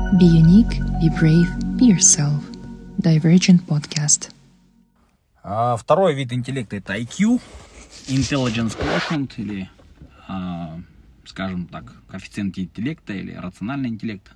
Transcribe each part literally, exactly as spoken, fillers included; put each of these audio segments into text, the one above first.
Be unique, be brave, be yourself. Divergent Podcast. А, второй вид интеллекта — это ай кью, Intelligence Quotient, или, а, скажем так, коэффициент интеллекта или рациональный интеллект.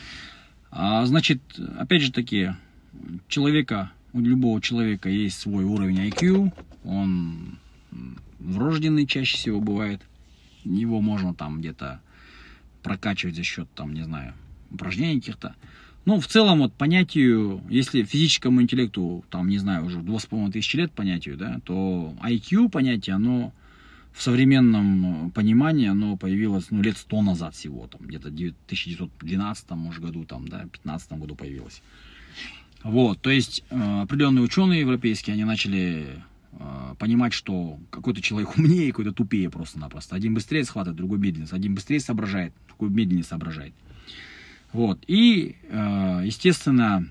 А, значит, опять же таки, человека, у любого человека есть свой уровень ай кью, он врожденный чаще всего бывает, его можно там где-то прокачивать за счет, там, не знаю, упражнений каких-то. Ну, в целом, вот понятию, если физическому интеллекту, там, не знаю, уже два с половиной тысячи лет понятию, да, то ай кью понятие, оно в современном понимании, оно появилось, ну, лет сто назад всего, там, где-то в тысяча девятьсот двенадцатом, может, году, там, да, пятнадцатом году появилось. Вот, то есть, э, определенные ученые европейские, они начали э, понимать, что какой-то человек умнее, какой-то тупее просто-напросто. Один быстрее схватывает, другой медленнее, один быстрее соображает, другой медленнее соображает. Вот, и, естественно,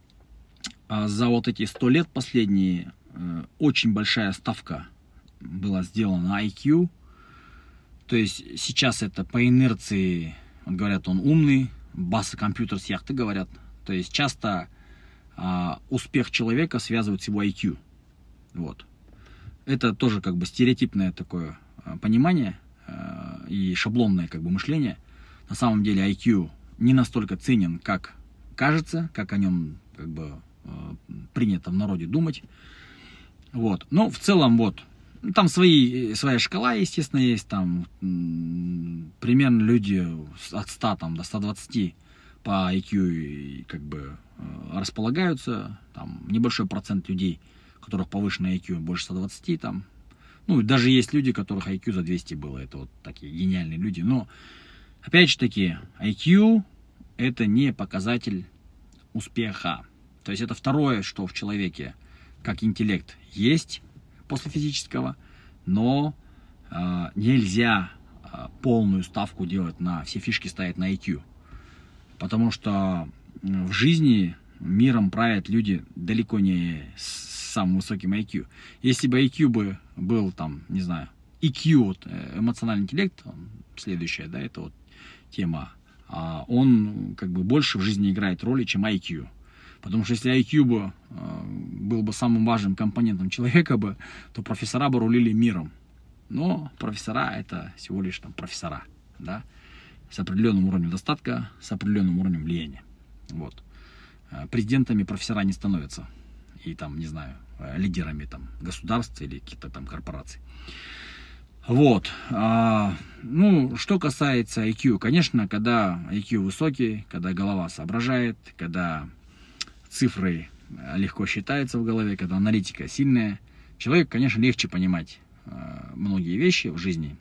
за вот эти сто лет последние очень большая ставка была сделана на ай кью. То есть сейчас это по инерции, вот говорят, он умный, баса компьютер с яхты, говорят. То есть часто успех человека связывают с его ай кью. Вот. Это тоже как бы стереотипное такое понимание и шаблонное как бы мышление. На самом деле ай кью не настолько ценен, как кажется, как о нем как бы э, принято в народе думать. Вот. Но в целом вот, там свои, своя шкала, естественно, есть. Там м, примерно люди от ста там, до ста двадцати по ай кью и, как бы э, располагаются. Там небольшой процент людей, у которых повышенное ай кью, больше ста двадцати. Там. Ну, даже есть люди, у которых ай кью за двести было. Это вот такие гениальные люди. Но опять же таки, ай кью – это не показатель успеха. То есть это второе, что в человеке, как интеллект, есть после физического, но э, нельзя э, полную ставку делать на, все фишки ставить на ай кью. Потому что в жизни миром правят люди далеко не с самым высоким ай кью. Если бы ай кью бы был там, не знаю, и кью, вот, эмоциональный интеллект, следующая, да, это вот тема, он как бы больше в жизни играет роли, чем ай кью. Потому что если ай кью бы, был бы самым важным компонентом человека, бы, то профессора бы рулили миром. Но профессора — это всего лишь там профессора, да, с определенным уровнем достатка, с определенным уровнем влияния. Вот. Президентами профессора не становятся. И там, не знаю, лидерами там государств или каких-то там корпораций. Вот, а, ну, что касается ай кью, конечно, когда ай кью высокий, когда голова соображает, когда цифры легко считаются в голове, когда аналитика сильная, человеку, конечно, легче понимать а, многие вещи в жизни.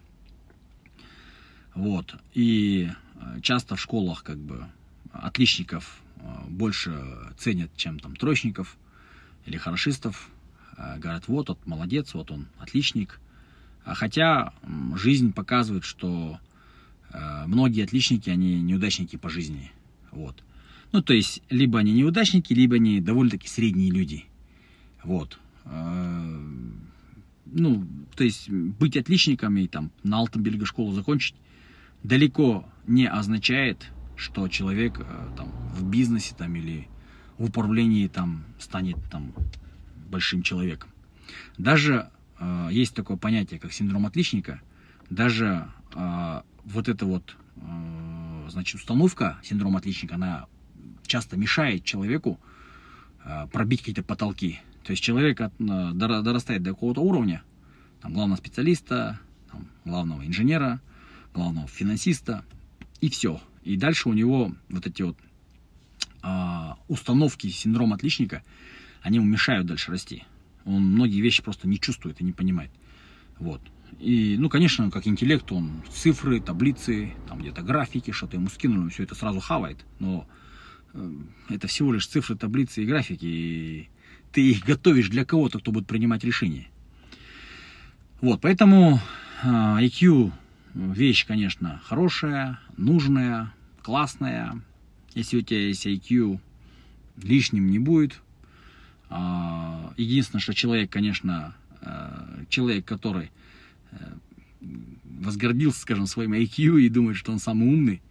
Вот, и часто в школах, как бы, отличников а, больше ценят, чем там троечников или хорошистов. А, говорят, вот, вот, молодец, вот он, отличник. Хотя жизнь показывает, что э, многие отличники, они неудачники по жизни. Вот. Ну, то есть, либо они неудачники, либо они довольно-таки средние люди. Вот. Э, ну, то есть, быть отличником и там на Алтом берегу школу закончить далеко не означает, что человек э, там в бизнесе там или в управлении там станет там большим человеком. Даже есть такое понятие, как синдром отличника. Даже э, вот эта вот, э, значит, установка синдрома отличника, она часто мешает человеку э, пробить какие-то потолки. То есть человек от, э, дорастает до какого-то уровня, там, главного специалиста, там, главного инженера, главного финансиста, и все. И дальше у него вот эти вот э, установки синдрома отличника, они ему мешают дальше расти. Он многие вещи просто не чувствует и не понимает. Вот. И, ну, конечно, как интеллект, он цифры, таблицы, там где-то графики, что-то ему скинули, все это сразу хавает. Но э, это всего лишь цифры, таблицы и графики. И ты их готовишь для кого-то, кто будет принимать решения. Вот, поэтому э, ай кью вещь, конечно, хорошая, нужная, классная. Если у тебя есть ай кью, лишним не будет. Единственное, что человек, конечно, человек, который возгордился, скажем, своим ай кью и думает, что он самый умный,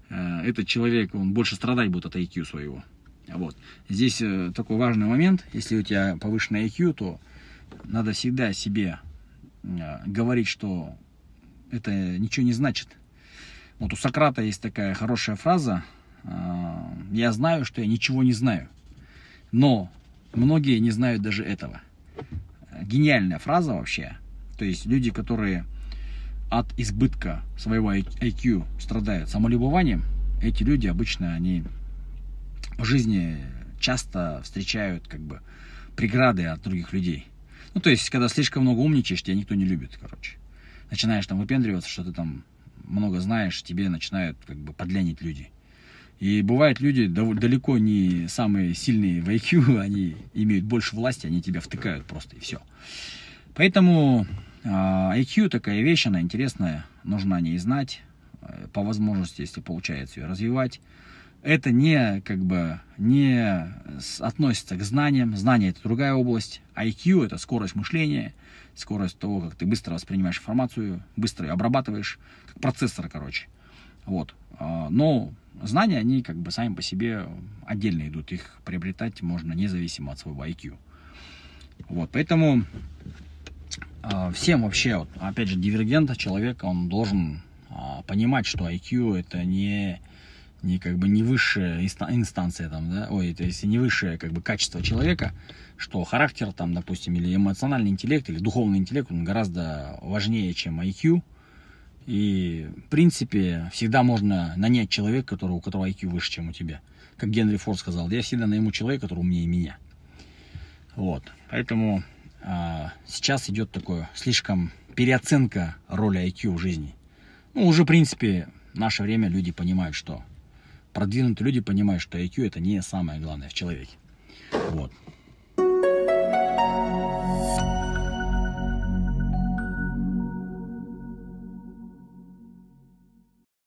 этот человек, он больше страдать будет от ай кью своего. Вот. Здесь такой важный момент, если у тебя повышенный ай кью, то надо всегда себе говорить, что это ничего не значит. Вот у Сократа есть такая хорошая фраза: «Я знаю, что я ничего не знаю». Но многие не знают даже этого. Гениальная фраза вообще. То есть люди, которые от избытка своего ай кью страдают самолюбованием, эти люди обычно, они в жизни часто встречают как бы преграды от других людей. Ну, то есть, когда слишком много умничаешь, тебя никто не любит, короче. Начинаешь там выпендриваться, что ты там много знаешь, тебе начинают как бы подлянить люди. И бывают люди далеко не самые сильные в ай кью, они имеют больше власти, они тебя втыкают просто, и все. Поэтому ай кью такая вещь, она интересная, нужно о ней знать, по возможности, если получается, ее развивать. Это не, как бы, не относится к знаниям. Знания — это другая область. ай кью — это скорость мышления, скорость того, как ты быстро воспринимаешь информацию, быстро ее обрабатываешь, как процессор, короче. Вот. Но знания, они как бы сами по себе отдельно идут. Их приобретать можно независимо от своего ай кью. Вот. Поэтому всем вообще, вот, опять же, дивергент человека, он должен понимать, что ай кью — это не... не как бы не высшая инстанция там, да, ой, то есть не высшее как бы качество человека, что характер там, допустим, или эмоциональный интеллект, или духовный интеллект, он гораздо важнее, чем ай кью. И в принципе всегда можно нанять человека, который, у которого ай кью выше, чем у тебя. Как Генри Форд сказал: я всегда найму человека, который умнее меня. Вот, поэтому а, сейчас идет такое слишком переоценка роли ай кью в жизни. Ну, уже в принципе в наше время люди понимают, что продвинутые люди понимают, что ай кью — это не самое главное в человеке. Вот.